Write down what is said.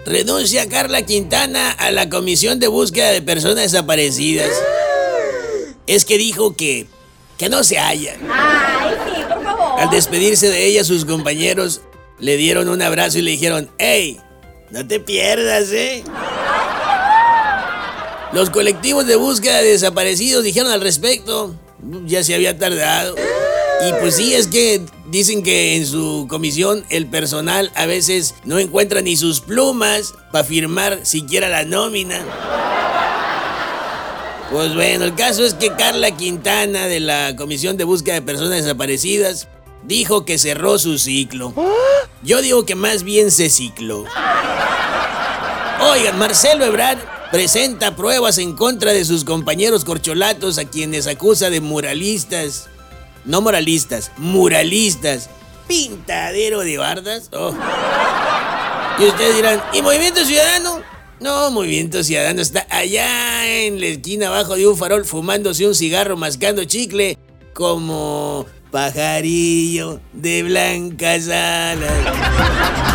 Renuncia Carla Quintana a la Comisión de Búsqueda de Personas Desaparecidas. Es que dijo que no se hallan. Ay, sí, por favor. Al despedirse de ella, sus compañeros le dieron un abrazo y le dijeron: ¡Ey! No te pierdas, ¿eh? Los colectivos de búsqueda de desaparecidos dijeron al respecto: ya se había tardado. Y pues sí, es que dicen que en su comisión el personal a veces no encuentra ni sus plumas para firmar siquiera la nómina. Pues bueno, el caso es que Carla Quintana de la Comisión de Búsqueda de Personas Desaparecidas dijo que cerró su ciclo. Yo digo que más bien se cicló. Oigan, Marcelo Ebrard presenta pruebas en contra de sus compañeros corcholatos a quienes acusa de muralistas. No moralistas, muralistas. Pintadero de bardas. Oh. Y ustedes dirán: ¿y Movimiento Ciudadano? No, Movimiento Ciudadano está allá en la esquina abajo de un farol fumándose un cigarro, mascando chicle como pajarillo de blancas alas.